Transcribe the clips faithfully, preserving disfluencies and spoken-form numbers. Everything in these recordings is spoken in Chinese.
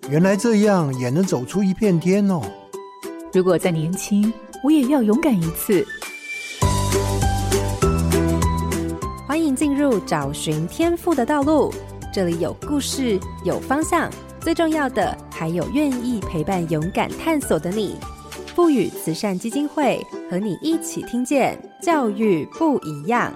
原来这样也能走出一片天哦。 如果再年轻，我也要勇敢一次。 欢迎进入找寻天赋的道路，这里有故事，有方向，最重要的还有愿意陪伴勇敢探索的你。富予慈善基金会和你一起听见教育不一样。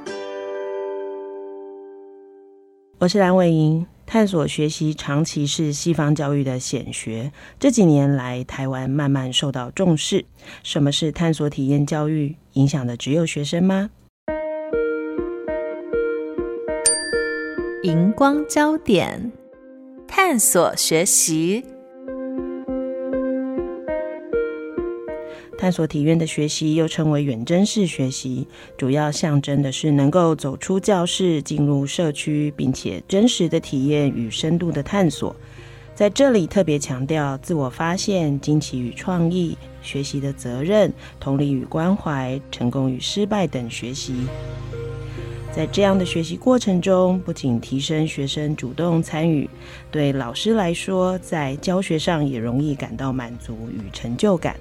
我是蓝伟莹。探索学习长期是西方教育的显学，这几年来台湾慢慢受到重视。什么是探索体验教育？影响的只有学生吗？ 荧光焦点，探索学习。 探索体验的学习又称为远征式学习，主要象征的是能够走出教室，进入社区，并且真实的体验与深度的探索。在这里特别强调自我发现、惊奇与创意、学习的责任、同理与关怀、成功与失败等学习。在这样的学习过程中，不仅提升学生主动参与，对老师来说，在教学上也容易感到满足与成就感。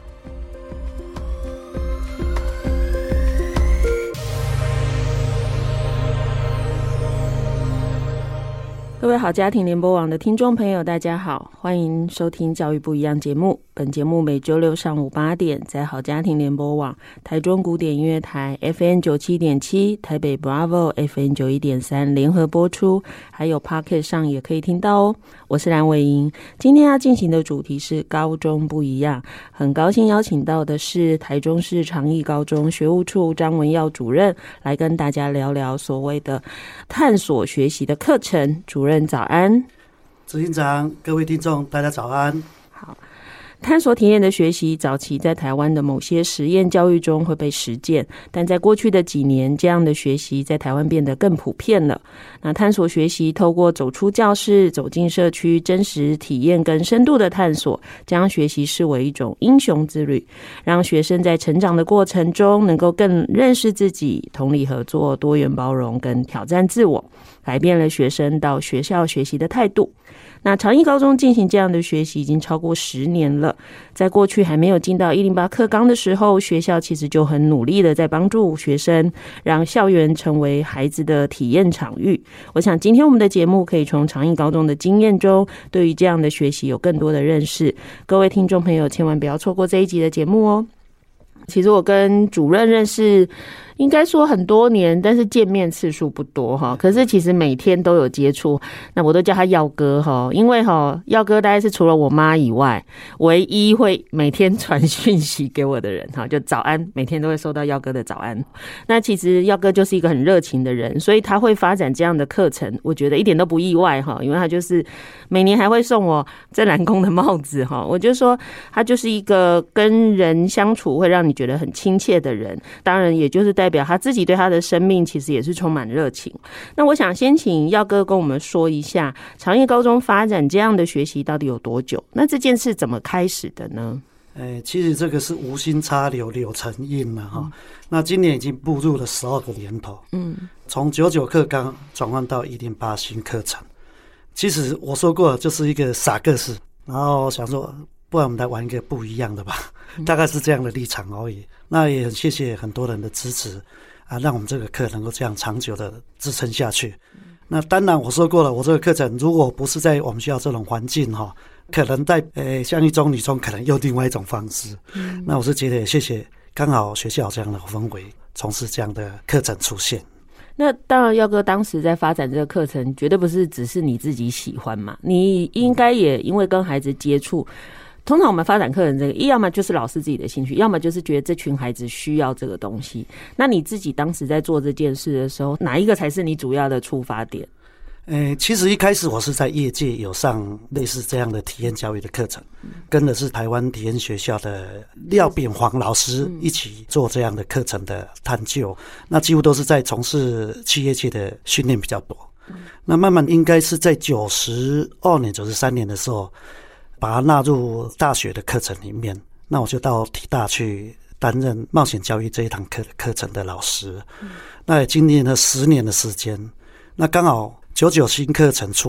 各位好家庭联播网的听众朋友大家好，欢迎收听教育不一样节目。本节目每周六上午八点在好家庭联播网、台中古典音乐台 F M 九十七点七、台北 Bravo F M 九十一点三 联合播出，还有 Podcast 上也可以听到哦。我是蓝伟莹，今天要进行的主题是高中不一样，很高兴邀请到的是台中市长义高中学务处张文耀主任来跟大家聊聊所谓的探索学习的课程。主任早安。 执行长，各位听众大家早安。 好，探索体验的学习早期在台湾的某些实验教育中会被实践，但在过去的几年，这样的学习在台湾变得更普遍了。那探索学习透过走出教室，走进社区，真实体验跟深度的探索，将学习视为一种英雄之旅，让学生在成长的过程中能够更认识自己，同理合作，多元包容跟挑战自我，改变了学生到学校学习的态度。那长义高中进行这样的学习已经超过十年了，在过去还没有进到一零八课纲的时候，学校其实就很努力的在帮助学生，让校园成为孩子的体验场域。我想今天我们的节目可以从长义高中的经验中，对于这样的学习有更多的认识。各位听众朋友千万不要错过这一集的节目哦。其实我跟主任认识应该说很多年，但是见面次数不多哈。可是其实每天都有接触，那我都叫他耀哥哈，因为哈耀哥大概是除了我妈以外，唯一会每天传讯息给我的人哈，就早安，每天都会收到耀哥的早安。那其实耀哥就是一个很热情的人，所以他会发展这样的课程，我觉得一点都不意外哈，因为他就是每年还会送我正蓝宫的帽子哈。我就说他就是一个跟人相处会让你觉得很亲切的人，当然也就是代表他自己对他的生命其实也是充满热情。那我想先请耀哥跟我们说一下长义高中发展这样的学习到底有多久，那这件事怎么开始的呢？ 欸、其实这个是无心插柳柳成荫了哈、嗯。那今年已经步入了十二个年头，嗯，从九九课纲转换到一零八新课程。其实我说过，就是一个傻个事，然后想说，不然我们来玩一个不一样的吧，大概是这样的立场而已。那也很谢谢很多人的支持啊，让我们这个课能够这样长久的支撑下去。那当然我说过了，我这个课程如果不是在我们学校这种环境哈，可能在呃像一中、女中可能用另外一种方式。嗯、那我是觉得也谢谢，刚好学校有这样的氛围，从事这样的课程出现。 那当然耀哥当时在发展这个课程绝对不是只是你自己喜欢嘛，你应该也因为跟孩子接触，通常我们发展课程这个要么就是老师自己的兴趣，要么就是觉得这群孩子需要这个东西。那你自己当时在做这件事的时候，哪一个才是你主要的出发点？ 呃，其实一开始我是在业界有上类似这样的体验教育的课程，跟的是台湾体验学校的廖炳煌老师一起做这样的课程的探究，那几乎都是在从事企业界的训练比较多。那慢慢应该是在九十二年、九十三年的时候，把它纳入大学的课程里面，那我就到体大去担任冒险教育这一堂课的课程的老师。那也经历了十年的时间，那刚好九九新课程出来，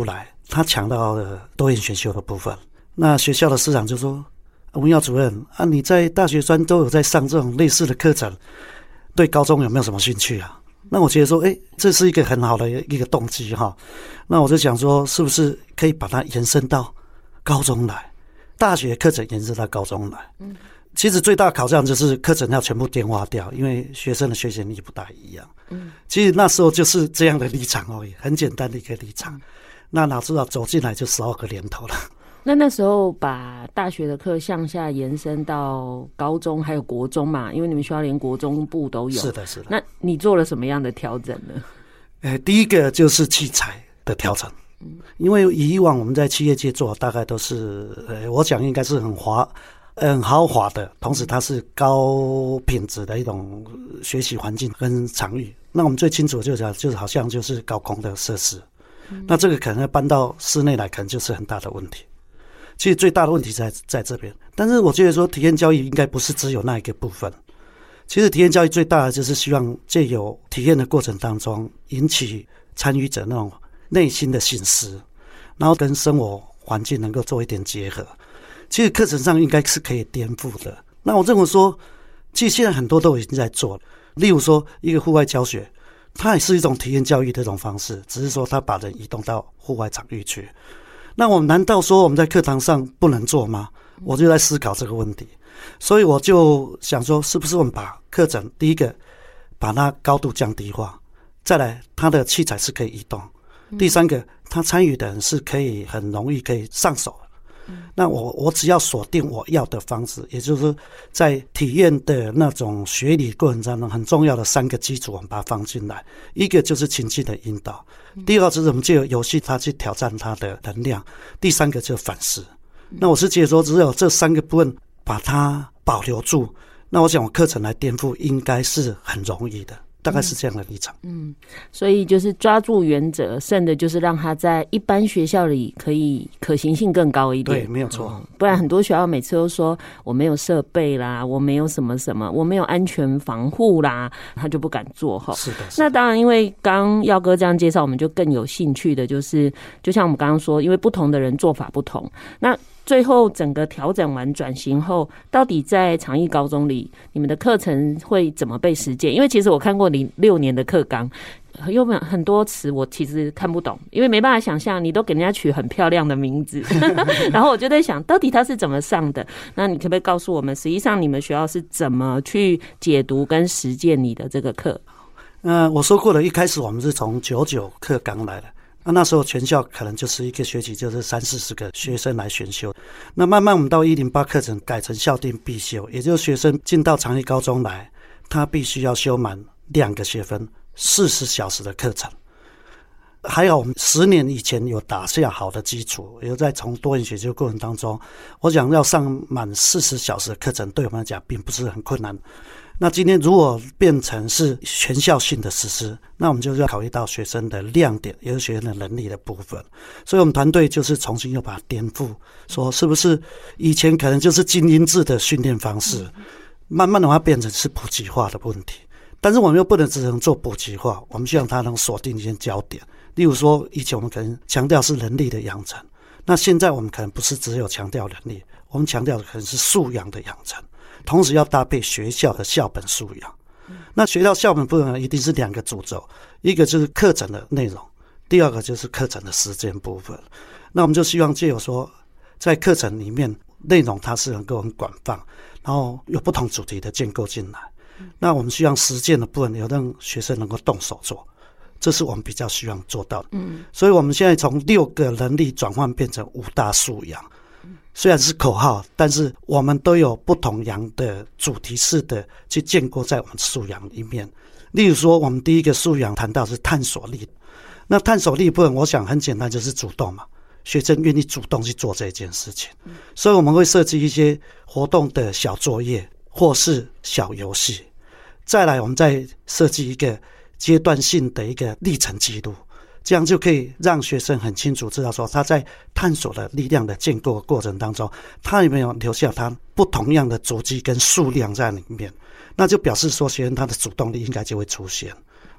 他抢到了多元选修的部分。那学校的师长就说：“文耀主任啊，你在大学专都有在上这种类似的课程，对高中有没有什么兴趣啊？”那我觉得说，哎，这是一个很好的一个动机哈。那我就想说，是不是可以把它延伸到高中来，大学课程延伸到高中来？嗯，其实最大的考量就是课程要全部电化掉，因为学生的学习力不大一样。嗯，其实那时候就是这样的立场而已，很简单的一个立场。那哪知道走进来就十二个年头了。 那那时候把大学的课向下延伸到高中还有国中嘛，因为你们学校连国中部都有。 是的是的。 那你做了什么样的调整呢？ 呃，第一个就是器材的调整。嗯，因为以往我们在企业界做大概都是呃我讲应该是很华很豪华的，同时它是高品质的一种学习环境跟场域。那我们最清楚的就是讲就是好像就是高空的设施。嗯，那这个可能要搬到室内来，可能就是很大的问题。其实最大的问题在在这边，但是我觉得说体验教育应该不是只有那一个部分。其实体验教育最大的就是希望借由体验的过程当中，引起参与者那种内心的省思，然后跟生活环境能够做一点结合。其实课程上应该是可以颠覆的。那我认为说，其实现在很多都已经在做了。例如说，一个户外教学，它也是一种体验教育的一种方式，只是说它把人移动到户外场域去。那我们难道说我们在课堂上不能做吗？我就在思考这个问题，所以我就想说，是不是我们把课程第一个把它高度降低化，再来它的器材是可以移动，第三个他参与的人是可以很容易可以上手。那我我只要锁定我要的方式，也就是在体验的那种学理过程当中很重要的三个基础，我们把它放进来。一个就是情境的引导，第二个就是我们借由游戏它去挑战它的能量，第三个就是反思。那我是觉得说，只有这三个部分把它保留住，那我想我课程来颠覆应该是很容易的。大概是这样的立场。 嗯，所以就是抓住原则，剩的就是让他在一般学校里可以可行性更高一点。 对，没有错。 嗯，不然很多学校每次都说我没有设备啦，我没有什么什么，我没有安全防护啦，他就不敢做哈。 是的。 那当然，因为刚耀哥这样介绍，我们就更有兴趣的就是，就像我们刚刚说，因为不同的人做法不同，那最后整个调整完转型后，到底在长义高中里，你们的课程会怎么被实践？因为其实我看过你六年的课纲，有没有很多词我其实看不懂，因为没办法想象，你都给人家取很漂亮的名字，然后我就在想，到底他是怎么上的？那你可不可以告诉我们，实际上你们学校是怎么去解读跟实践你的这个课？ 呃，我说过了，一开始我们是从九九课纲来的。那那时候全校可能就是一个学期就是三四十个学生来选修，那慢慢我们到一零八课程改成校定必修，也就是学生进到长义高中来，他必须要修满两个学分，四十小时的课程。还好我们十年以前有打下好的基础，也在从多元学习过程当中，我想要上满四十小时的课程，对我们来讲并不是很困难。那今天如果变成是全校性的实施，那我们就是要考虑到学生的亮点，也就是学生的能力的部分。所以我们团队就是重新又把它颠覆，说是不是以前可能就是精英制的训练方式，慢慢的话变成是普及化的问题。但是我们又不能只能做普及化，我们希望它能锁定一些焦点。例如说，以前我们可能强调是能力的养成，那现在我们可能不是只有强调能力，我们强调的可能是素养的养成。同时要搭配学校的校本素养，那学校校本部分一定是两个主轴，一个就是课程的内容，第二个就是课程的实践部分。那我们就希望藉由说，在课程里面内容它是能够很广泛，然后有不同主题的建构进来。那我们希望实践的部分有让学生能够动手做，这是我们比较希望做到的。嗯，所以我们现在从六个能力转换变成五大素养。虽然是口号，但是我们都有不同样的主题式的去建构在我们素养里面。例如说，我们第一个素养谈到是探索力，那探索力部分我想很简单，就是主动嘛，学生愿意主动去做这件事情，所以我们会设计一些活动的小作业或是小游戏，再来我们再设计一个阶段性的一个历程记录，这样就可以让学生很清楚知道说他在探索的力量的建构的过程当中，他有没有留下他不同样的足迹跟数量在里面，那就表示说学生他的主动力应该就会出现。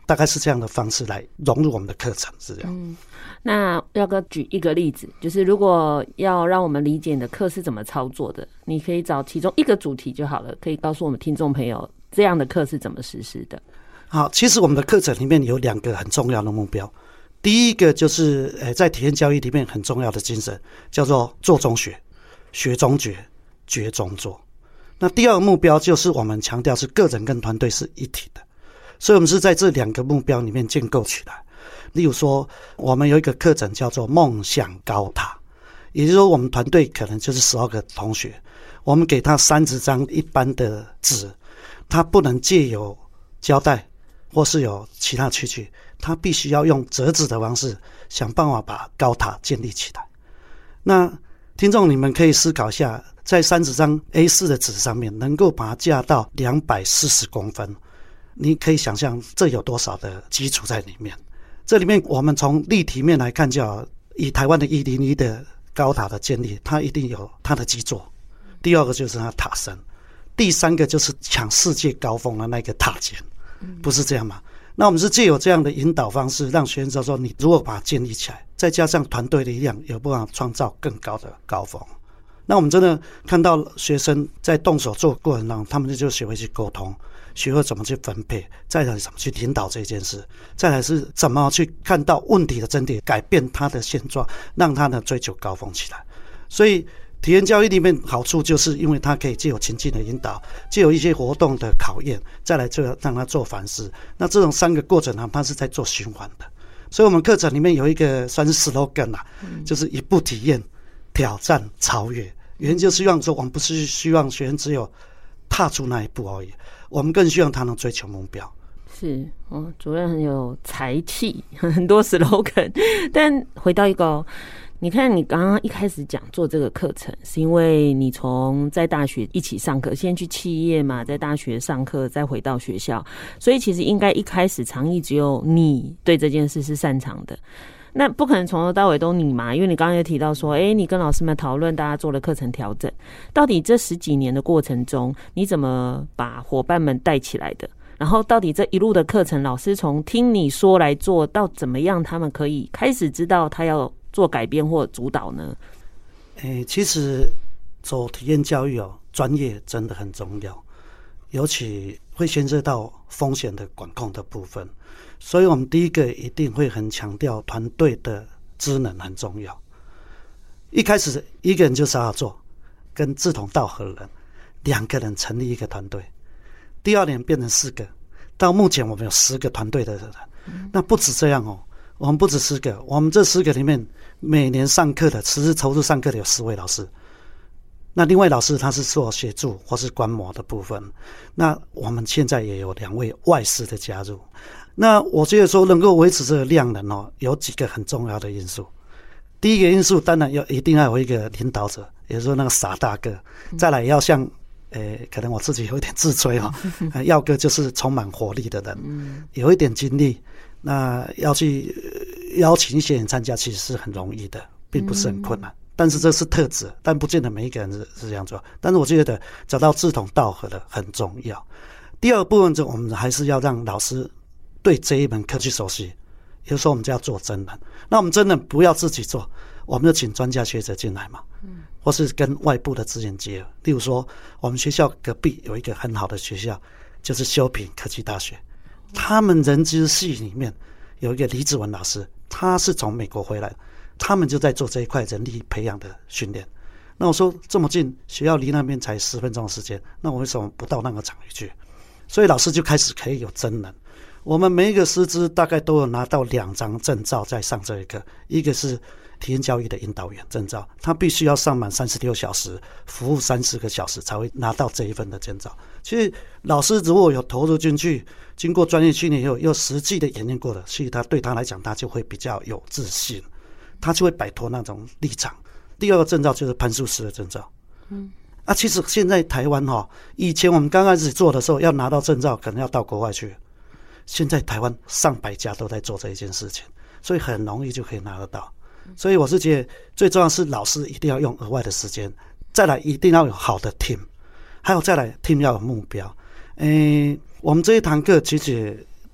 大概是这样的方式来融入我们的课程，是这样。 嗯，那要个举一个例子，就是如果要让我们理解你的课是怎么操作的，你可以找其中一个主题就好了，可以告诉我们听众朋友这样的课是怎么实施的。 好，其实我们的课程里面有两个很重要的目标。第一个就是呃，在体验教育里面很重要的精神，叫做做中学，学中觉，觉中做。那第二个目标就是我们强调是个人跟团队是一体的，所以我们是在这两个目标里面建构起来。例如说，我们有一个课程叫做梦想高塔，也就是说我们团队可能就是十二个同学，我们给他三十张一般的纸，他不能借由胶带或是有其他器具，他必须要用折纸的方式想办法把高塔建立起来。那听众你们可以思考一下，在三十张 A 四 的纸上面能够把它架到两百四十公分，你可以想象这有多少的基础在里面。这里面我们从立体面来看就好，以台湾的一零一的高塔的建立，它一定有它的基座，第二个就是它塔身，第三个就是抢世界高峰的那个塔尖，不是这样吗？那我们是藉由这样的引导方式，让学生知道说，你如果把它建立起来，再加上团队的力量，有办法创造更高的高峰。那我们真的看到学生在动手做过程当中，他们就学会去沟通，学会怎么去分配，再来怎么去引导这件事，再来是怎么去看到问题的症结，改变他的现状，让他呢追求高峰起来。所以体验教育里面好处就是因为它可以藉由情境的引导，藉由一些活动的考验，再来就让他做反思。那这种三个过程呢，它是在做循环的。所以我们课程里面有一个算是 slogan 啦、嗯、就是一步体验，挑战，超越。原因就希望说，我们不是希望学生只有踏出那一步而已，我们更希望他能追求目标。 是哦，主任很有才气，很多 slogan。但回到一个、哦，你看你刚刚一开始讲做这个课程，是因为你从在大学一起上课，先去企业嘛，在大学上课，再回到学校，所以其实应该一开始常意只有你对这件事是擅长的。那不可能从头到尾都你嘛，因为你刚刚也提到说，哎，你跟老师们讨论，大家做了课程调整，到底这十几年的过程中，你怎么把伙伴们带起来的？然后到底这一路的课程，老师从听你说来做到怎么样，他们可以开始知道他要做改变或主导呢？ 诶，其实走体验教育哦，专业真的很重要，尤其会牵涉到风险的管控的部分。所以我们第一个一定会很强调团队的职能很重要。一开始一个人就傻傻做，跟志同道合的人，两个人成立一个团队。第二年变成四个，到目前我们有十个团队的人。那不止这样哦，我们不止十个，我们这十个里面每年上课的持续投入上课的有十位老师。那另外老师他是做协助或是观摩的部分。那我们现在也有两位外师的加入。那我觉得说能够维持这个量能哦，有几个很重要的因素。第一个因素当然要一定要有一个领导者，也就是说那个傻大哥。再来要像呃，可能我自己有一点自吹哈、哦呃，耀哥就是充满活力的人，有一点精力，那要去、呃、邀请一些人参加，其实是很容易的，并不是很困难。但是这是特质，但不见得每一个人 是, 是这样做。但是我觉得找到志同道合的很重要。第二部分就我们还是要让老师对这一门课去熟悉，也就是说我们就要做真人。那我们真人不要自己做，我们就请专家学者进来嘛，嗯，或是跟外部的资源结合。例如说，我们学校隔壁有一个很好的学校，就是修平科技大学，他们人资系里面有一个李子文老师，他是从美国回来的，他们就在做这一块人力培养的训练。那我说这么近，学校离那边才十分钟的时间，那我为什么不到那个场域去？所以老师就开始可以有真人。我们每一个师资大概都有拿到两张证照在上这一课，一个是体验教育的引导员证照，他必须要上满三十六小时，服务三十个小时才会拿到这一份的证照。其实老师如果有投入进去，经过专业训练以后，又实际的演练过了，所以他对他来讲，他就会比较有自信，他就会摆脱那种立场。第二个证照就是潘术师的证照。嗯，啊，其实现在台湾哈、哦，以前我们刚开始做的时候，要拿到证照可能要到国外去。现在台湾上百家都在做这一件事情，所以很容易就可以拿得到。所以我是觉得最重要是老师一定要用额外的时间，再来一定要有好的 team， 还有再来 team 要有目标。诶，我们这一堂课其实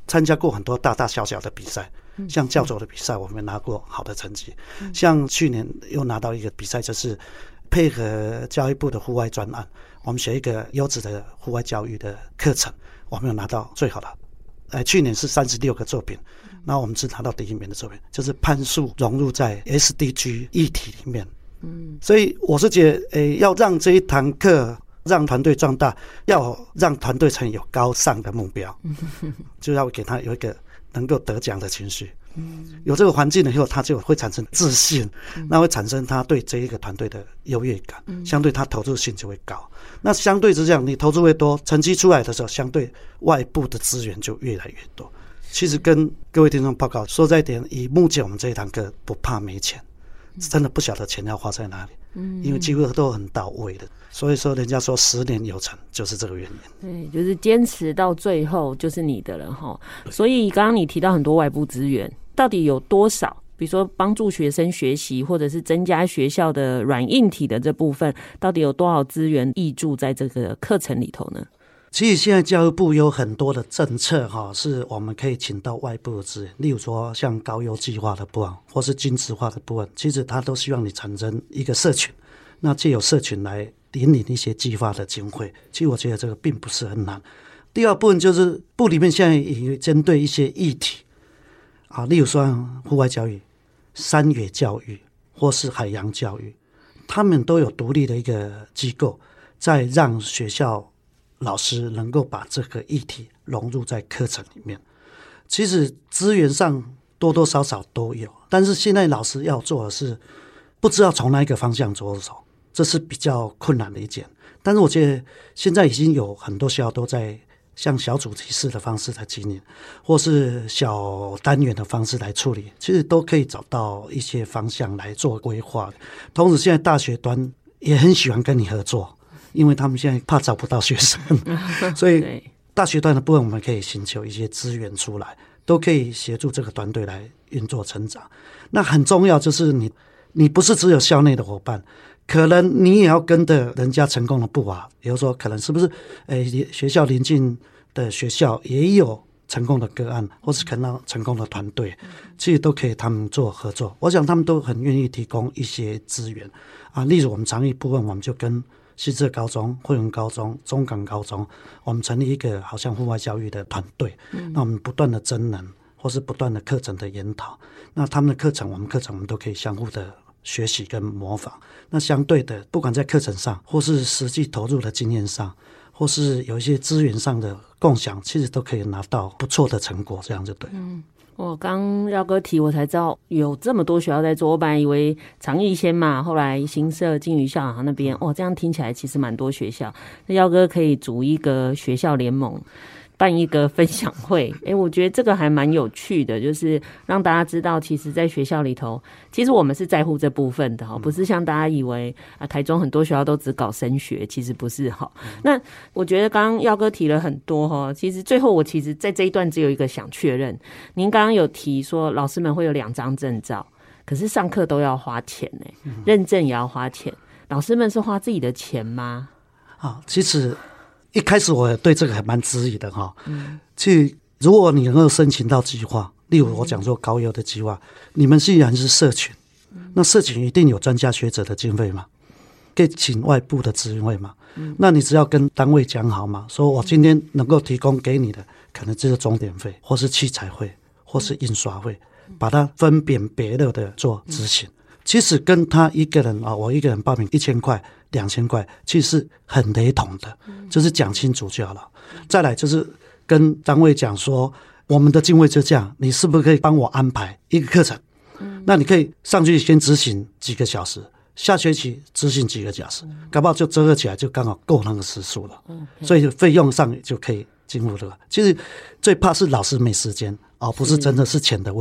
参加过很多大大小小的比赛，像教走的比赛我们拿过好的成绩，像去年又拿到一个比赛，就是配合教育部的户外专案，我们学一个优质的户外教育的课程，我们有拿到最好的。呃，去年是三十六个作品，然后我们是拿到第一名的作品，就是攀树融入在 S D G 议题里面。嗯，所以我是觉得，诶，要让这一堂课让团队壮大，要让团队成有高尚的目标，就要给他有一个能够得奖的情绪。有这个环境以后，他就会产生自信，那会产生他对这一个团队的优越感，相对他投入性就会高。那相对是这样，你投入越多，成绩出来的时候，相对外部的资源就越来越多。其实跟各位听众报告说在一点，以目前我们这一堂课不怕没钱，真的不晓得钱要花在哪里，因为几乎都很到位的。所以说人家说十年有成就是这个原因。对，就是坚持到最后就是你的了齁。所以刚刚你提到很多外部资源，到底有多少？比如说帮助学生学习，或者是增加学校的软硬体的这部分，到底有多少资源挹注在这个课程里头呢？ 其实现在教育部有很多的政策是我们可以请到外部的资源，例如说像高优计划的部分，或是精致化的部分，其实他都希望你产生一个社群，那藉由社群来引领一些计划的经费。其实我觉得这个并不是很难。第二部分就是部里面现在也针对一些议题啊，例如说户外教育、山野教育或是海洋教育，他们都有独立的一个机构，在让学校老师能够把这个议题融入在课程里面。其实资源上多多少少都有，但是现在老师要做的是不知道从哪一个方向着手，这是比较困难的一件。但是我觉得现在已经有很多学校都在像小主题式的方式来经营，或是小单元的方式来处理，其实都可以找到一些方向来做规划。同时现在大学端也很喜欢跟你合作，因为他们现在怕找不到学生所以大学端的部分我们可以寻求一些资源出来，都可以协助这个团队来运作成长。那很重要就是你你不是只有校内的伙伴，可能你也要跟着人家成功的步伐，比如说可能是不是诶学校邻近的学校也有成功的个案，或是可能成功的团队，其实都可以他们做合作。我想他们都很愿意提供一些资源啊，例如我们长艺部分，我们就跟西浙高中、惠文高中、中港高中，我们成立一个好像户外教育的团队，那我们不断的增能，或是不断的课程的研讨，那他们的课程我们课程我们都可以相互的学习跟模仿。那相对的不管在课程上或是实际投入的经验上，或是有一些资源上的共享，其实都可以拿到不错的成果，这样就对了。嗯， 我刚耀哥提我才知道有这么多学校在做，我本来以为长艺先嘛，后来新社、金鱼校长那边，哦，这样听起来其实蛮多学校。那耀哥可以组一个学校联盟，办一个分享会，诶，我觉得这个还蛮有趣的，就是让大家知道，其实在学校里头，其实我们是在乎这部分的，不是像大家以为啊，台中很多学校都只搞升学，其实不是哈。那我觉得刚刚耀哥提了很多哈，其实最后我其实在这一段只有一个想确认，您刚刚有提说老师们会有两张证照，可是上课都要花钱呢，认证也要花钱，老师们是花自己的钱吗？ 啊，其实一开始我对这个还蛮质疑的哈。嗯，去如果你能够申请到计划，例如我讲说高优的计划，你们既然是社群，那社群一定有专家学者的经费嘛，可以请外部的资源费嘛。嗯，那你只要跟单位讲好嘛，说我今天能够提供给你的，可能就是钟点费，或是器材费，或是印刷费，把它分辨别的的做执行。其实跟他一个人啊，我一个人报名一千块、两千块，其实是很雷同的，就是讲清楚就好了。再来就是跟单位讲说，我们的经费就这样，你是不是可以帮我安排一个课程？那你可以上去先执行几个小时，下学期执行几个小时，搞不好就折合起来就刚好够那个时数了。所以费用上就可以经付了。其实最怕是老师没时间，而不是真的是钱的问题。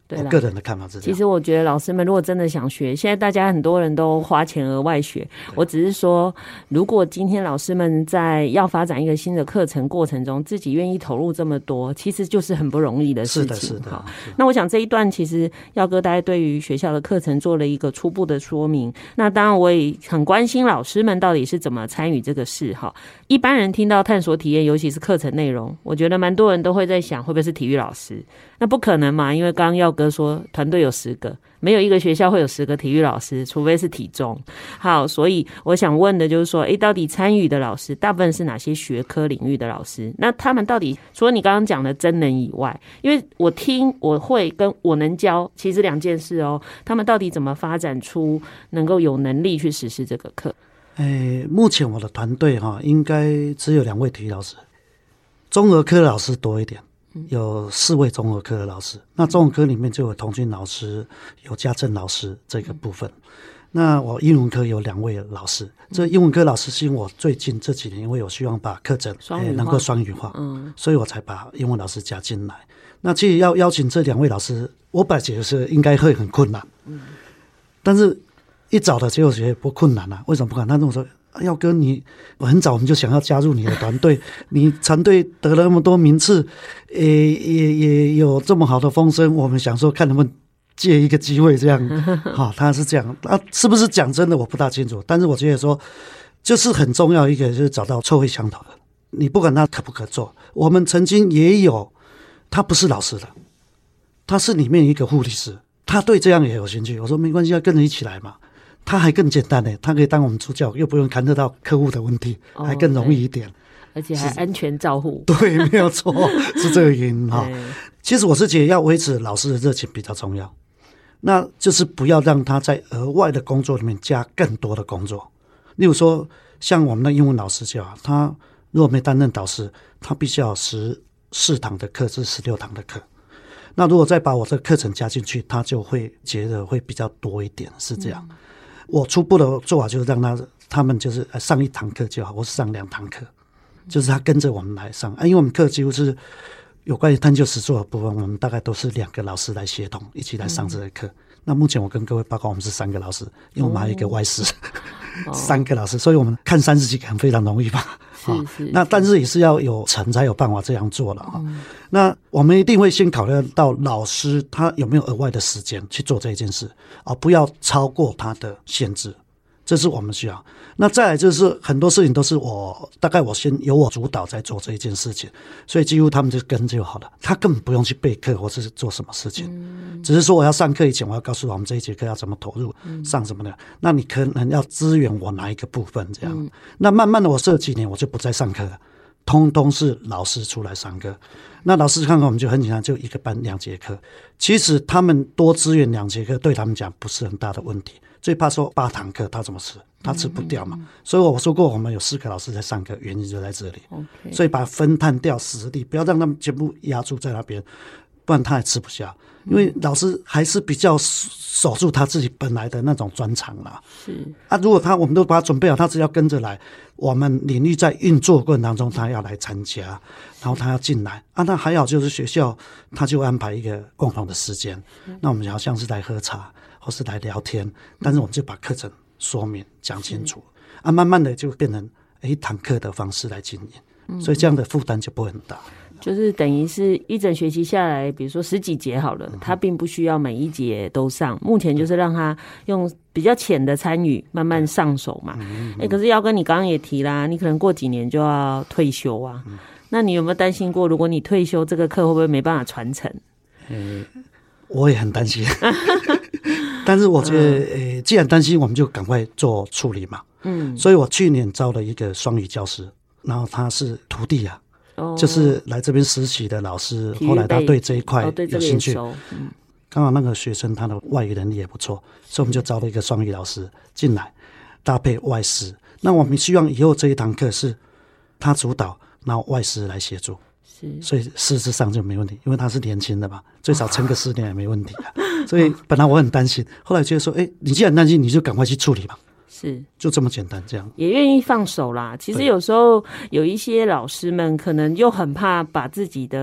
我个人的看法是这样。 其实我觉得老师们如果真的想学，现在大家很多人都花钱额外学，我只是说，如果今天老师们在要发展一个新的课程过程中，自己愿意投入这么多，其实就是很不容易的事情。 是的，是的。 好，那我想这一段其实耀哥大概对于学校的课程做了一个初步的说明。那当然我也很关心老师们到底是怎么参与这个事哈。一般人听到探索体验，尤其是课程内容，我觉得蛮多人都会在想，会不会是体育老师？那不可能嘛，因为刚刚耀哥说团队有十个，没有一个学校会有十个体育老师，除非是体中。好，所以我想问的就是说，诶，到底参与的老师大部分是哪些学科领域的老师？那他们到底除了你刚刚讲的真能以外，因为我听我会跟我能教其实两件事哦，他们到底怎么发展出能够有能力去实施这个课？ 诶，目前我的团队哈，应该只有两位体育老师，综合科老师多一点。有四位综合科的老师，那综合科里面就有童军老师，有家政老师这个部分。那我英文科有两位老师，这英文科老师是因为我最近这几年，因为我希望把课程、欸、能够双语化，嗯，所以我才把英文老师加进来。那其实要邀请这两位老师，我本来觉得是应该会很困难，嗯，但是一早的结果觉得不困难啊。为什么不困难？他跟我说，耀哥，你我很早我们就想要加入你的团队，你团队得了那么多名次，也也也有这么好的风声，我们想说看能不能借一个机会这样。好、哦，他是这样，啊，是不是讲真的我不大清楚，但是我觉得说，就是很重要一个就是找到臭味相投的，你不管他可不可做。我们曾经也有，他不是老师的，他是里面一个护理师，他对这样也有兴趣。我说没关系，要跟着一起来嘛。他还更简单呢，他可以当我们助教，又不用看得到客户的问题，哦、还更容易一点， 而且还安全照护。 对，没有错，是这个原因哈。其实我是觉得要维持老师的热情比较重要，那就是不要让他在额外的工作里面加更多的工作。例如说，像我们的英文老师就好，他如果没担任导师，他必须要十四堂的课至十六堂的课。那如果再把我这个课程加进去，他就会觉得会比较多一点，是这样。嗯，我初步的做法就是让他他们就是上一堂课就好，或是上两堂课，就是他跟着我们来上啊。因为我们课几乎是有关于探究实作的部分，我们大概都是两个老师来协同一起来上这个课。嗯、那目前我跟各位报告，我们是三个老师，因为我们还有一个外师，哦、三个老师，所以我们看三十几个人非常容易吧。 是是， 那但是也是要有成才有办法这样做了哈。嗯、那我们一定会先考虑到老师他有没有额外的时间去做这一件事啊，不要超过他的限制，这是我们需要。那再来就是很多事情都是我大概我先由我主导在做这一件事情，所以几乎他们就跟就好了，他根本不用去备课或是做什么事情，嗯、只是说我要上课以前我要告诉我们这一节课要怎么投入，嗯、上什么的，那你可能要支援我哪一个部分这样。嗯、那慢慢的我这几年我就不再上课了，通通是老师出来上课。那老师看看我们就很简单，就一个班两节课，其实他们多支援两节课对他们讲不是很大的问题。最怕说八堂课他怎么吃，他吃不掉嘛。嗯嗯嗯，所以我说过我们有四个老师在上课，原因就在这里。Okay. 所以把分摊掉实力，不要让他们全部压住在那边，不然他也吃不下。因为老师还是比较守住他自己本来的那种专长啦。是啊，如果他我们都把他准备好，他只要跟着来，我们领域在运作过程当中，他要来参加，然后他要进来啊。那还好，就是学校他就安排一个共同的时间，嗯、那我们好像是来喝茶或是来聊天，但是我们就把课程说明讲清楚啊，慢慢的就变成一堂课的方式来经营，嗯、所以这样的负担就不会很大。 就是等于是一整学期下来，比如说十几节好了，他并不需要每一节都上，目前就是让他用比较浅的参与，慢慢上手嘛。嗯欸、可是耀哥你刚刚也提啦，你可能过几年就要退休啊，嗯、那你有没有担心过，如果你退休，这个课会不会没办法传承？ 嗯，我也很担心，但是我觉得，嗯呃、既然担心，我们就赶快做处理嘛。嗯，所以我去年招了一个双语教师，然后他是徒弟啊。就是来这边实习的老师，后来他对这一块有兴趣，刚、嗯、好那个学生他的外语能力也不错，所以我们就招了一个双语老师进来，搭配外师。那我们希望以后这一堂课是他主导，然后外师来协助，是，所以事实上就没问题，因为他是年轻的嘛，最少撑个十年也没问题的。所以本来我很担心，后来觉得说，哎，你既然担心，你就赶快去处理吧。是，就这么简单，这样也愿意放手啦。其实有时候有一些老师们可能又很怕把自己的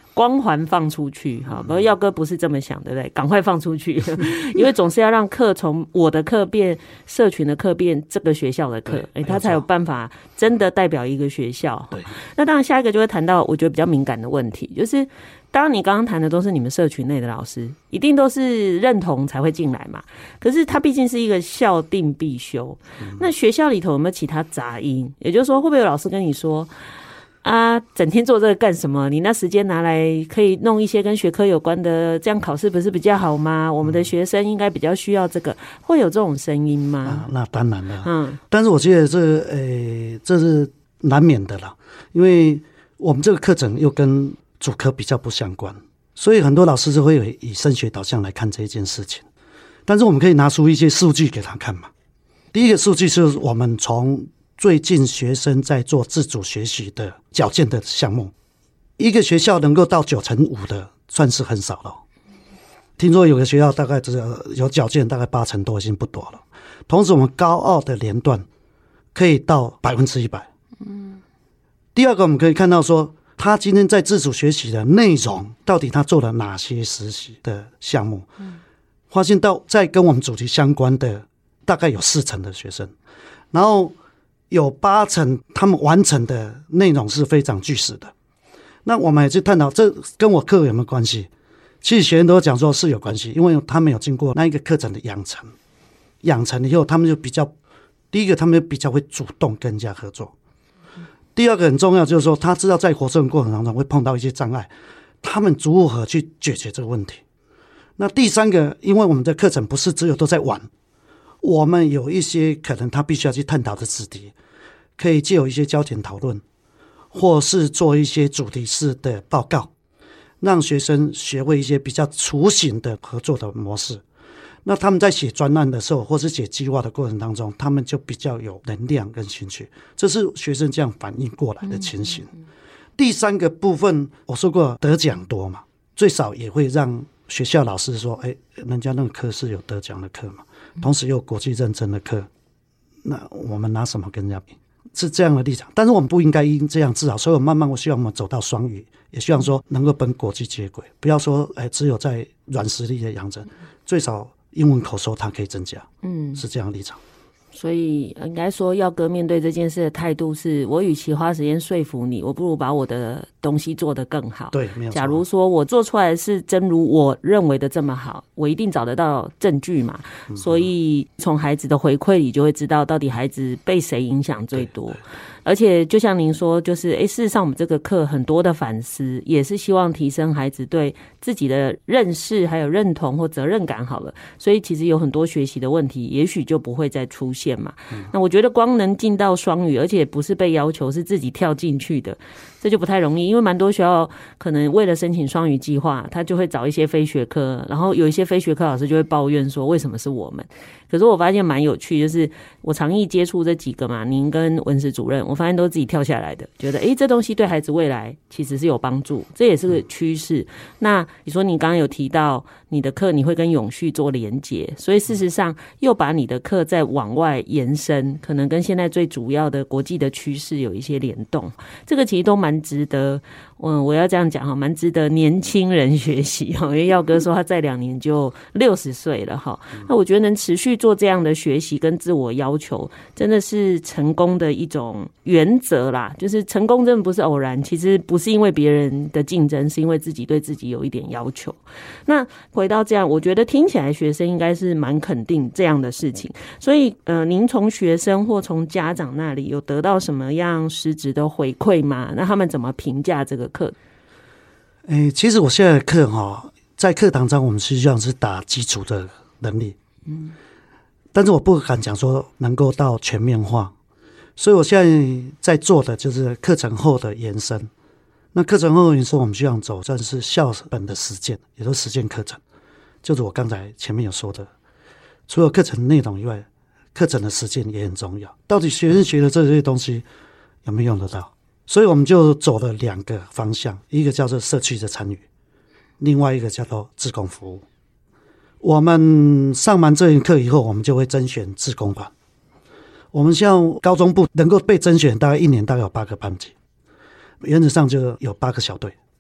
光环放出去，哈，不过耀哥不是这么想，对不对？赶快放出去，因为总是要让课从我的课变社群的课变这个学校的课，哎，他才有办法真的代表一个学校。对，那当然下一个就会谈到我觉得比较敏感的问题，就是当然你刚刚谈的都是你们社群内的老师，一定都是认同才会进来嘛。可是他毕竟是一个校定必修，嗯、那学校里头有没有其他杂音？也就是说，会不会有老师跟你说？啊，整天做这个干什么？你那时间拿来可以弄一些跟学科有关的，这样考试不是比较好吗？我们的学生应该比较需要这个，会有这种声音吗？ 啊，那当然了。嗯，但是我觉得这呃这是难免的啦，因为我们这个课程又跟主科比较不相关，所以很多老师就会有以升学导向来看这一件事情。但是我们可以拿出一些数据给他看嘛。第一个数据是我们从最近学生在做自主学习的矫健的项目，一个学校能够到九成五的算是很少了。听说有个学校大概只有矫健大概八成多，已经不多了。同时我们高奥的连段可以到百分之一百。第二个我们可以看到说他今天在自主学习的内容到底他做了哪些实习的项目，发现到在跟我们主题相关的大概有四成的学生，然后有八成他们完成的内容是非常具实的。那我们也去探讨这跟我课有没有关系，其实学员都讲说是有关系，因为他们有经过那一个课程的养成，养成以后他们就比较，第一个他们比较会主动跟人家合作，第二个很重要就是说他知道在活动过程当中会碰到一些障碍，他们如何去解决这个问题。那第三个，因为我们的课程不是只有都在玩，我们有一些可能他必须要去探讨的主题，可以借由一些焦点讨论，或是做一些主题式的报告，让学生学会一些比较雏形的合作的模式。那他们在写专案的时候，或是写计划的过程当中，他们就比较有能量跟兴趣，这是学生这样反应过来的情形。嗯嗯嗯、第三个部分，我说过得奖多嘛，最少也会让学校老师说，哎，人家那个课是有得奖的课嘛，同时又有国际认证的课，那我们拿什么跟人家比？是这样的立场。但是我们不应该因这样自豪，所以我慢慢我希望我们走到双语，也希望说能够跟国际接轨，不要说哎只有在软实力的养成，最少英文口说它可以增加，嗯，是这样的立场。 所以应该说耀哥面对这件事的态度是，我与其花时间说服你，我不如把我的东西做得更好。 对，没有错。 假如说我做出来的是真如我认为的这么好，我一定找得到证据嘛。嗯、所以从孩子的回馈里就会知道到底孩子被谁影响最多。而且就像您说，就是诶，事实上我们这个课很多的反思也是希望提升孩子对自己的认识还有认同或责任感好了，所以其实有很多学习的问题也许就不会再出现嘛。嗯、那我觉得光能进到双语，而且不是被要求，是自己跳进去的，这就不太容易。因为蛮多学校可能为了申请双语计划，他就会找一些非学科，然后有一些非学科老师就会抱怨说为什么是我们。可是我发现蛮有趣，就是我常易接触这几个嘛，您跟文史主任，我发现都是自己跳下来的，觉得诶这东西对孩子未来其实是有帮助，这也是个趋势。那你说你刚刚有提到你的课你会跟永续做连结，所以事实上又把你的课再往外延伸，可能跟现在最主要的国际的趋势有一些联动，这个其实都蛮值得，嗯，我要这样讲哈，蛮值得年轻人学习哈。因为耀哥说他再两年就六十岁了哈，那我觉得能持续做这样的学习跟自我要求，真的是成功的一种原则啦。就是成功真的不是偶然，其实不是因为别人的竞争，是因为自己对自己有一点要求。那回到这样，我觉得听起来学生应该是蛮肯定这样的事情。所以呃，您从学生或从家长那里有得到什么样实质的回馈吗？那他们怎么评价这个课？ 欸、其实我现在的课哈，在课堂上我们实际上是打基础的能力，嗯，但是我不敢讲说能够到全面化，所以我现在在做的就是课程后的延伸。那课程后的延伸，我们希望走算是校本的实践，也就是实践课程，就是我刚才前面有说的，除了课程内容以外，课程的实践也很重要。到底学生学的这些东西有没有用得到？所以我们就走了两个方向，一个叫做社区的参与，另外一个叫做志工服务。我们上完这一课以后，我们就会甄选志工班。我们像高中部能够被甄选，大概一年大概有八个班级，原则上就有八个小队。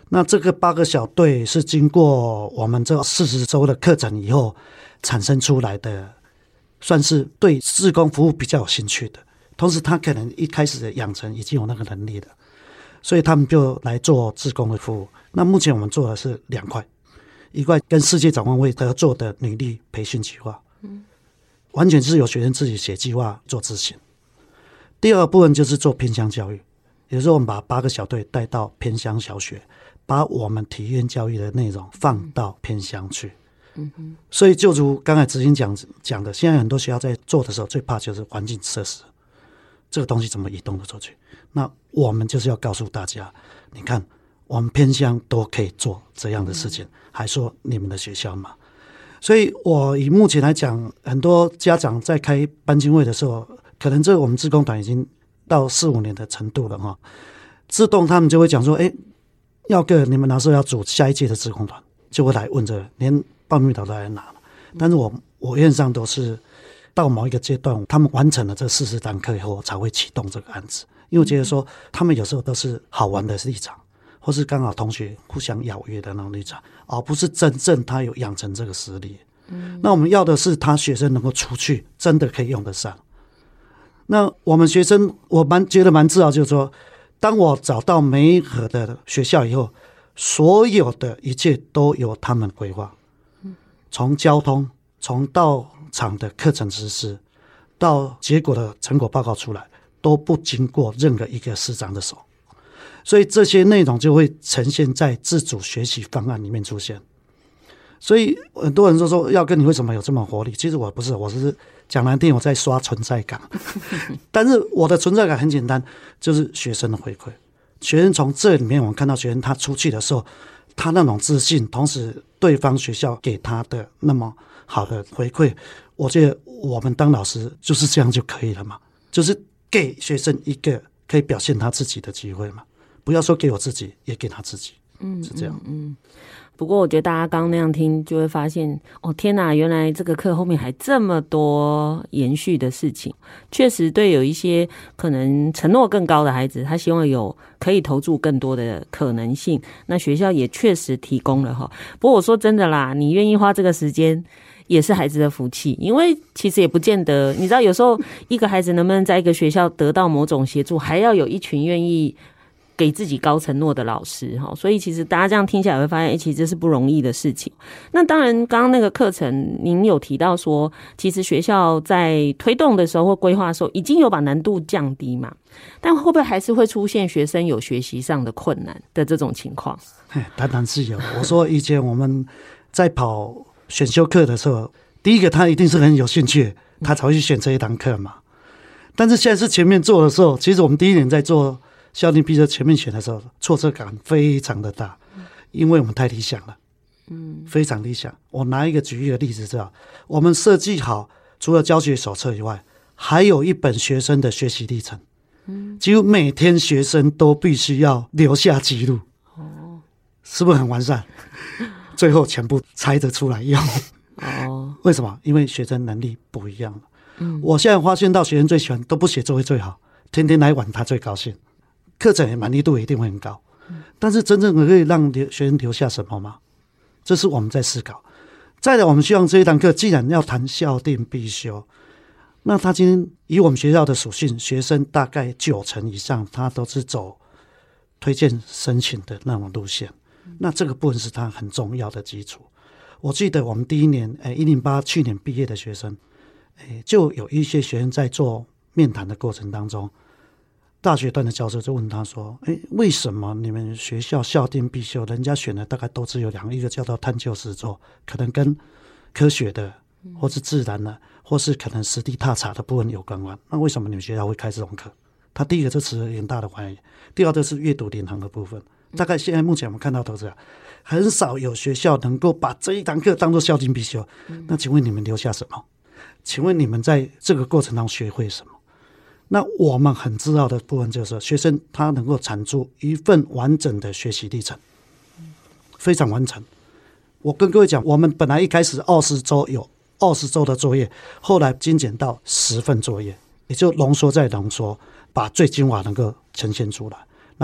那这个八个小队是经过我们这四十周的课程以后产生出来的，算是对志工服务比较有兴趣的，同时他可能一开始的养成已经有那个能力了，所以他们就来做志工的服务。那目前我们做的是两块，一块跟世界展望会合作的女力培训计划，嗯，完全是由学生自己写计划做执行。第二部分就是做偏乡教育，也就是我们把八个小队带到偏乡小学，把我们体验教育的内容放到偏乡去。嗯哼，所以就如刚才执行讲讲的，现在很多学校在做的时候，最怕就是环境设施，这个东西怎么移动的出去？那我们就是要告诉大家，你看我们偏乡都可以做这样的事情，还说你们的学校嘛？所以我以目前来讲，很多家长在开班经会的时候，可能这我们志工团已经到四五年的程度了哈，自动他们就会讲说，哎，耀哥，你们哪时候要组下一届的志工团？就会来问这个，连报名表都来拿了。但是我我院上都是到某一个阶段，他们完成了这四十堂课以后，才会启动这个案子。因为我觉得说，他们有时候都是好玩的立场，或是刚好同学互相邀约的那种立场，而不是真正他有养成这个实力。嗯，那我们要的是他学生能够出去，真的可以用得上。那我们学生，我蛮觉得蛮自豪，就是说，当我找到每一个的学校以后，所有的一切都由他们规划，从交通，从到场的课程实施，到结果的成果报告出来，都不经过任何一个师长的手，所以这些内容就会呈现在自主学习方案里面出现。所以很多人都说，耀哥你为什么有这么活力？其实我不是，我是讲难听，我在刷存在感。但是我的存在感很简单，就是学生的回馈。学生从这里面，我们看到学生他出去的时候，他那种自信，同时对方学校给他的那么好的回馈，我觉得我们当老师就是这样就可以了嘛，就是给学生一个可以表现他自己的机会嘛，不要说给我自己，也给他自己，嗯，是这样，嗯。嗯不过我觉得大家刚刚那样听就会发现，哦天哪，原来这个课后面还这么多延续的事情。确实对有一些可能承诺更高的孩子，他希望有可以投注更多的可能性，那学校也确实提供了哈。不过我说真的啦，你愿意花这个时间也是孩子的福气，因为其实也不见得，你知道有时候一个孩子能不能在一个学校得到某种协助，还要有一群愿意给自己高承诺的老师，所以其实大家这样听下来会发现，其实这是不容易的事情。那当然刚刚那个课程您有提到说，其实学校在推动的时候或规划的时候已经有把难度降低嘛，但会不会还是会出现学生有学习上的困难的这种情况？ 当然是有。我说以前我们在跑选修课的时候，第一个他一定是很有兴趣，他才会去选这一堂课嘛。但是现在是前面做的时候，其实我们第一年在做校定必修前面选的时候，挫折感非常的大，因为我们太理想了，嗯，非常理想。我拿一个举一个例子，知道我们设计好，除了教学手册以外，还有一本学生的学习历程，嗯，几乎每天学生都必须要留下记录，哦，是不是很完善？最后全部拆着出来用，哦，为什么？因为学生能力不一样了。嗯，我现在发现到学生最喜欢都不写作业最好，天天来玩他最高兴。课程也满意度一定会很高，但是真正可以让学生留下什么吗？这是我们在思考。再来，我们希望这一堂课既然要谈校定必修，那他今天以我们学校的属性，学生大概九成以上他都是走推荐申请的那种路线，那这个部分是他很重要的基础。我记得我们第一年诶一零八去年毕业的学生，诶就有一些学生在做面谈的过程当中，大学段的教授就问他说，诶，为什么你们学校校定必修，人家选的大概都只有两个，一个叫做探究实作，可能跟科学的或是自然的或是可能实地踏查的部分有关关，那为什么你们学校会开这种课？他第一个就持很大的怀疑，第二个是阅读领航的部分，大概现在目前我们看到都是这样，很少有学校能够把这一堂课当作校定必修。那请问你们留下什么？请问你们在这个过程中学会什么？那我们很自豪的部分就是学生他能够产出一份完整的学习历程，非常完整。我跟各位讲，我们本来一开始二十周有二十周的作业，后来精简到十份作业，也就浓缩再浓缩，把最精华能够呈现出来。然后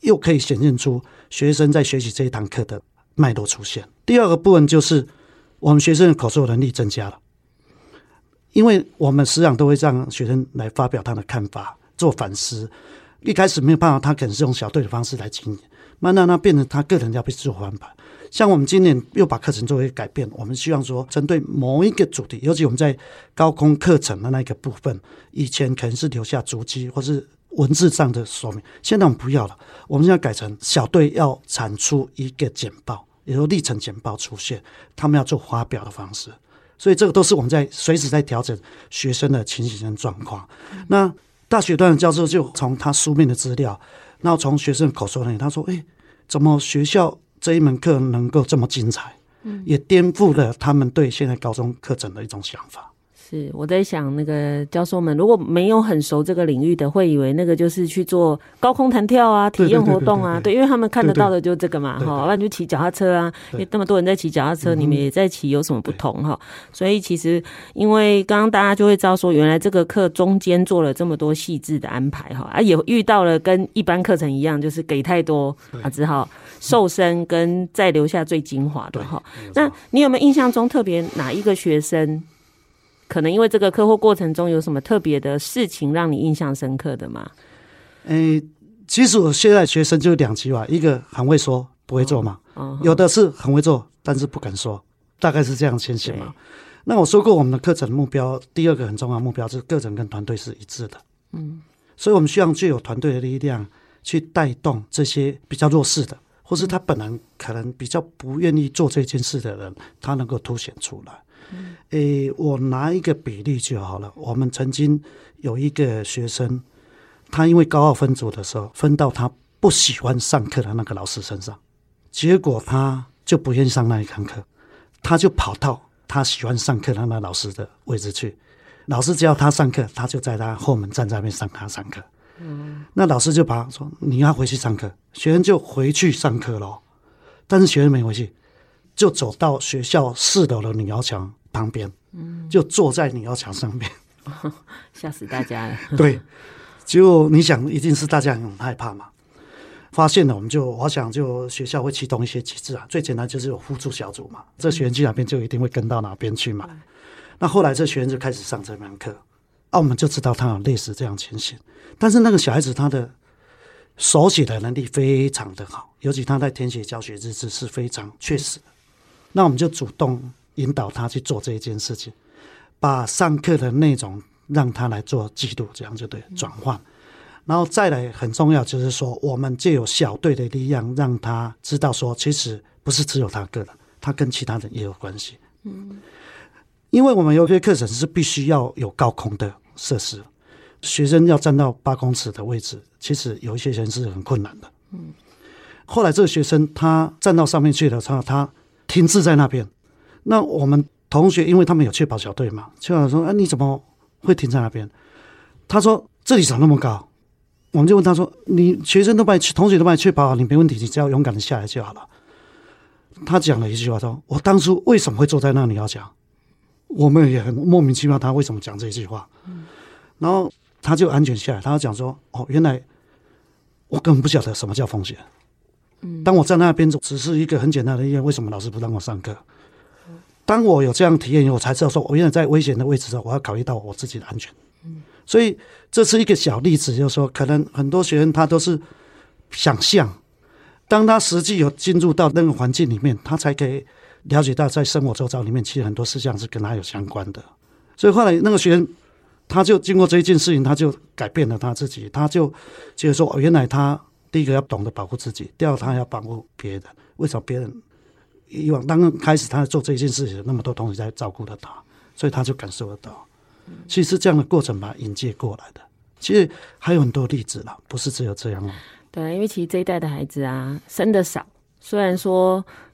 又可以显现出学生在学习这一堂课的脉络出现。第二个部分就是我们学生的口说能力增加了，因为我们时常都会让学生来发表他的看法，做反思。一开始没有办法，他可能是用小队的方式来经营，慢慢慢变成他个人要被做翻版。像我们今年又把课程做一个改变，我们希望说针对某一个主题，尤其我们在高空课程的那个部分，以前可能是留下足迹或是文字上的说明，现在我们不要了，我们现在改成小队要产出一个简报，也就是历程简报出现，他们要做发表的方式。所以这个都是我们在随时在调整学生的情形跟状况。那大学段的教授就从他书面的资料，然后从学生口说能力，他说哎，怎么学校这一门课能够这么精彩，也颠覆了他们对现在高中课程的一种想法。 是我在想，那个教授们如果没有很熟这个领域的，会以为那个就是去做高空弹跳啊、体验活动啊，对，因为他们看得到的就这个嘛，哈，要不然就骑脚踏车啊，因为那么多人在骑脚踏车，你们也在骑，有什么不同哈？所以其实，因为刚刚大家就会知道说，原来这个课中间做了这么多细致的安排哈，啊，也遇到了跟一般课程一样，就是给太多啊，只好瘦身跟再留下最精华的哈。那你有没有印象中特别哪一个学生？可能因为这个课或过程中有什么特别的事情让你印象深刻的吗？ 诶，其实我现在学生就两极化，一个很会说不会做嘛，哦哦、有的是很会做但是不敢说，大概是这样情形嘛。那我说过我们的课程目标，第二个很重要的目标是个人跟团队是一致的，嗯，所以我们希望具有团队的力量去带动这些比较弱势的，或是他本来可能比较不愿意做这件事的人，他能够凸显出来。嗯、诶，我拿一个比例就好了。我们曾经有一个学生，他因为高二分组的时候分到他不喜欢上课的那个老师身上，结果他就不愿意上那一堂课，他就跑到他喜欢上课的那个老师的位置去，老师只要他上课，他就在他后门站在那边上他上课。嗯，那老师就把他说你要回去上课，学生就回去上课了，但是学生没回去，就走到学校四楼的女窑墙旁边，嗯，就坐在女窑墙上面， 吓死大家了。 对，结果你想一定是大家很害怕嘛，发现了我们就我想就学校会启动一些机制啊，最简单就是有互助小组嘛，这学员去哪边就一定会跟到哪边去嘛。嗯、那后来这学员就开始上这门课，啊，我们就知道他有类似这样情形，但是那个小孩子他的手写的能力非常的好，尤其他在填写教学日志是非常确实的。那我们就主动引导他去做这一件事情，把上课的内容让他来做记录，这样就对，转换。然后再来很重要就是说，我们借有小队的力量，让他知道说，其实不是只有他个人，他跟其他人也有关系。嗯，因为我们有些课程是必须要有高空的设施，学生要站到八公尺的位置，其实有一些人是很困难的。嗯，后来这个学生他站到上面去了，他他停滞在那边。那我们同学因为他们有确保小队嘛，确保说啊你怎么会停在那边？他说这里长那么高，我们就问他说你学生都帮你同学都帮你确保好，你没问题，你只要勇敢的下来就好了。他讲了一句话说，我当初为什么会坐在那里要讲？我们也很莫名其妙他为什么讲这句话。嗯、然后他就安全下来，他就讲说哦，原来我根本不晓得什么叫风险。当我在那边只是一个很简单的意见，为什么老师不让我上课？当我有这样体验以后，我才知道说我原来在危险的位置上，我要考虑到我自己的安全。所以这是一个小例子，就是说可能很多学生他都是想象，当他实际有进入到那个环境里面，他才可以了解到在生活周遭里面其实很多事项是跟他有相关的。所以后来那个学生他就经过这一件事情，他就改变了他自己，他就觉得说哦，原来他第一个要懂得保护自己，第二个他要保护别人。为什么别人以往刚刚开始他做这一件事情，那么多同学在照顾着他，所以他就感受得到。其实这样的过程把他引介过来的，其实还有很多例子啦，不是只有这样哦。 对，因为其实这一代的孩子啊，生得少，虽然说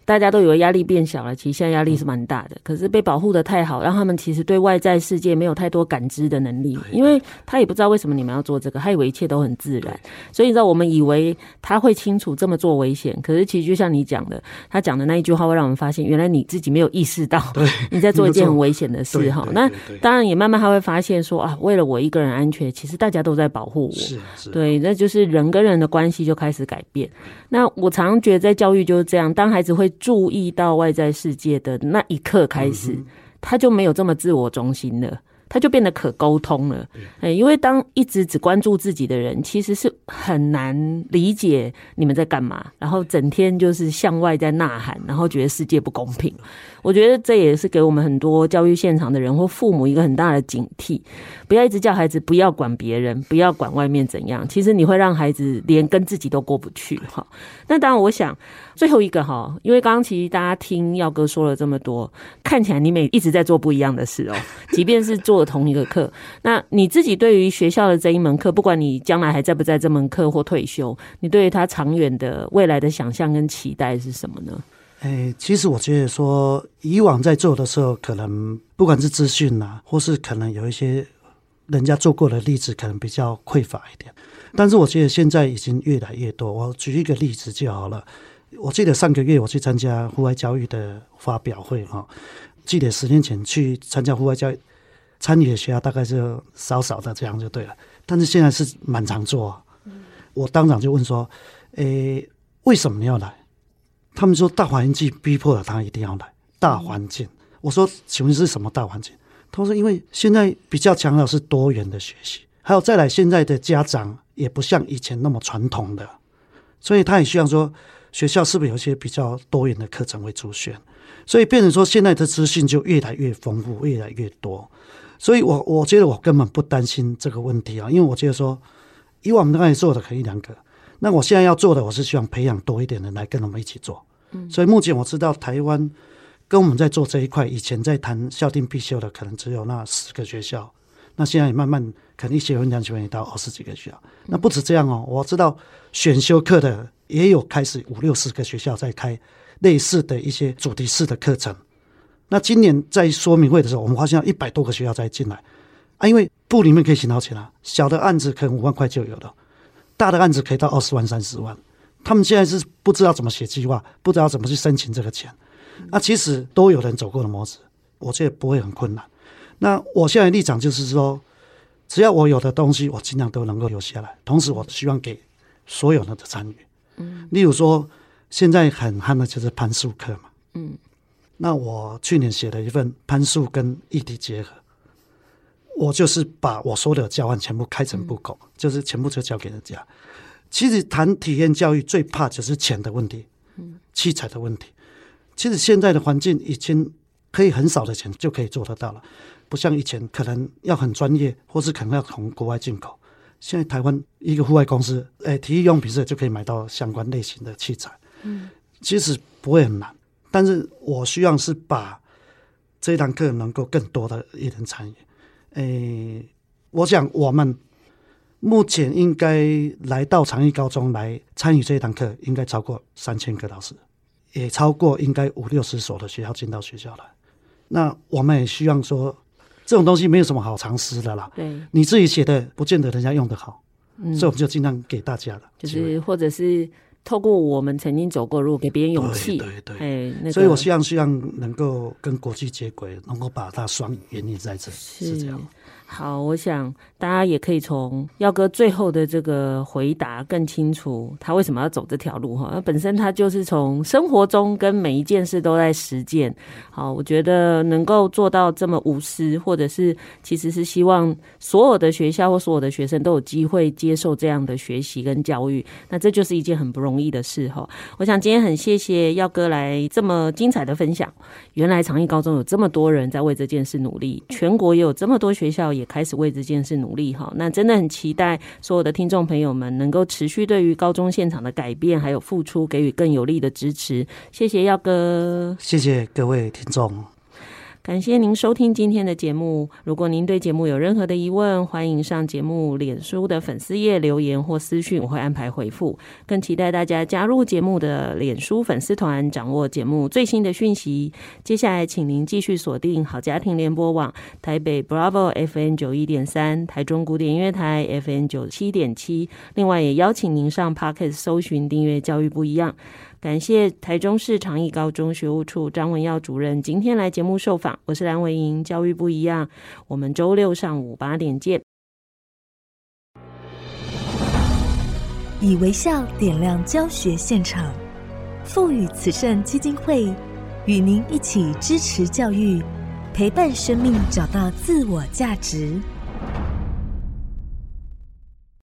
大家都以为压力变小了，其实现在压力是蛮大的。可是被保护的太好，让他们其实对外在世界没有太多感知的能力，因为他也不知道为什么你们要做这个，他以为一切都很自然。所以你知道，我们以为他会清楚这么做危险，可是其实就像你讲的，他讲的那一句话会让我们发现，原来你自己没有意识到你在做一件很危险的事哈。那当然也慢慢他会发现说啊，为了我一个人安全，其实大家都在保护我。 是是，对， 那就是人跟人的关系就开始改变。那我常常觉得在教育就是这样，当孩子会注意到外在世界的那一刻开始，嗯、他就没有这么自我中心了，他就变得可沟通了。嗯、因为当一直只关注自己的人，其实是很难理解你们在干嘛，然后整天就是向外在呐喊，然后觉得世界不公平。我觉得这也是给我们很多教育现场的人或父母一个很大的警惕，不要一直叫孩子不要管别人，不要管外面怎样，其实你会让孩子连跟自己都过不去。那当然我想最后一个，因为刚刚其实大家听耀哥说了这么多，看起来你每一直在做不一样的事哦，即便是做同一个课，那你自己对于学校的这一门课，不管你将来还在不在这门课或退休，你对于他长远的未来的想象跟期待是什么呢？ 欸、其实我觉得说以往在做的时候，可能不管是资讯啊，或是可能有一些人家做过的例子可能比较匮乏一点，但是我觉得现在已经越来越多。我举一个例子就好了，我记得上个月我去参加户外教育的发表会，记得十年前去参加户外教育参与的学校大概是少少的这样就对了，但是现在是蛮常做。我当场就问说欸、为什么你要来？他们说大环境逼迫了他一定要来。大环境，我说请问是什么大环境？他说因为现在比较强调是多元的学习，还有再来现在的家长也不像以前那么传统的，所以他也希望说学校是不是有一些比较多元的课程为主选，所以变成说现在的资讯就越来越丰富，越来越多。所以我我觉得我根本不担心这个问题啊，因为我觉得说以往我们刚才做的可以一两个，那我现在要做的，我是希望培养多一点人来跟我们一起做。嗯、所以目前我知道台湾跟我们在做这一块，以前在谈校定必修的可能只有那十个学校，那现在也慢慢可能一学分两学分也到二十几个学校。那不止这样哦，我知道选修课的也有开始五六十个学校在开类似的一些主题式的课程。那今年在说明会的时候，我们发现一百多个学校在进来啊，因为部里面可以请到钱啊，小的案子可能五万块就有了。大的案子可以到二十万、三十万，他们现在是不知道怎么写计划，不知道怎么去申请这个钱。那其实都有人走过的模子，我觉得不会很困难。那我现在的立场就是说，只要我有的东西，我尽量都能够留下来。同时，我希望给所有人的参与。嗯，例如说，现在很夯的就是攀树课嘛。嗯，那我去年写了一份攀树跟议题结合。我就是把我所有的教案全部开诚布公、嗯、就是全部就交给人家。其实谈体验教育最怕就是钱的问题、嗯、器材的问题。其实现在的环境已经可以很少的钱就可以做得到了，不像以前可能要很专业，或是可能要从国外进口。现在台湾一个户外公司，哎，体育用品社就可以买到相关类型的器材。嗯，其实不会很难，但是我希望是把这一堂课能够更多的一人参与。诶，我想我们目前应该来到长益高中来参与这一堂课，应该超过三千个老师，也超过应该五六十所的学校进到学校来。那我们也希望说，这种东西没有什么好尝试的啦。对，你自己写的不见得人家用得好，嗯、所以我们就尽量给大家了， 就是或者是透过我们曾经走过路，给别人勇气。 对对对， 哎，那个， 所以我希望希望能够跟国际接轨，能够把它双语原理在这，是, 是这样。 好，我想大家也可以从耀哥最后的这个回答更清楚他为什么要走这条路哈。本身他就是从生活中跟每一件事都在实践。好，我觉得能够做到这么无私，或者是其实是希望所有的学校或所有的学生都有机会接受这样的学习跟教育，那这就是一件很不容易的事哈。我想今天很谢谢耀哥来这么精彩的分享。原来长益高中有这么多人在为这件事努力，全国也有这么多学校也开始为这件事努力哈。那真的很期待所有的听众朋友们能够持续对于高中现场的改变还有付出给予更有力的支持。谢谢耀哥， 谢谢各位听众。 感谢您收听今天的节目。如果您对节目有任何的疑问，欢迎上节目脸书的粉丝页留言或私讯，我会安排回复。更期待大家加入节目的脸书粉丝团，掌握节目最新的讯息。接下来请您继续锁定好家庭联播网台北 Bravo F M 九一点三、台中古典音乐台 F M 九七点七。另外也邀请您上 Podcast 搜寻订阅教育不一样。感谢台中市长义高中学务处张文耀主任今天来节目受访，我是蓝维莹，教育不一样，我们周六上午八点见。 以微笑点亮教学现场，富予慈善基金会与您一起支持教育，陪伴生命找到自我价值。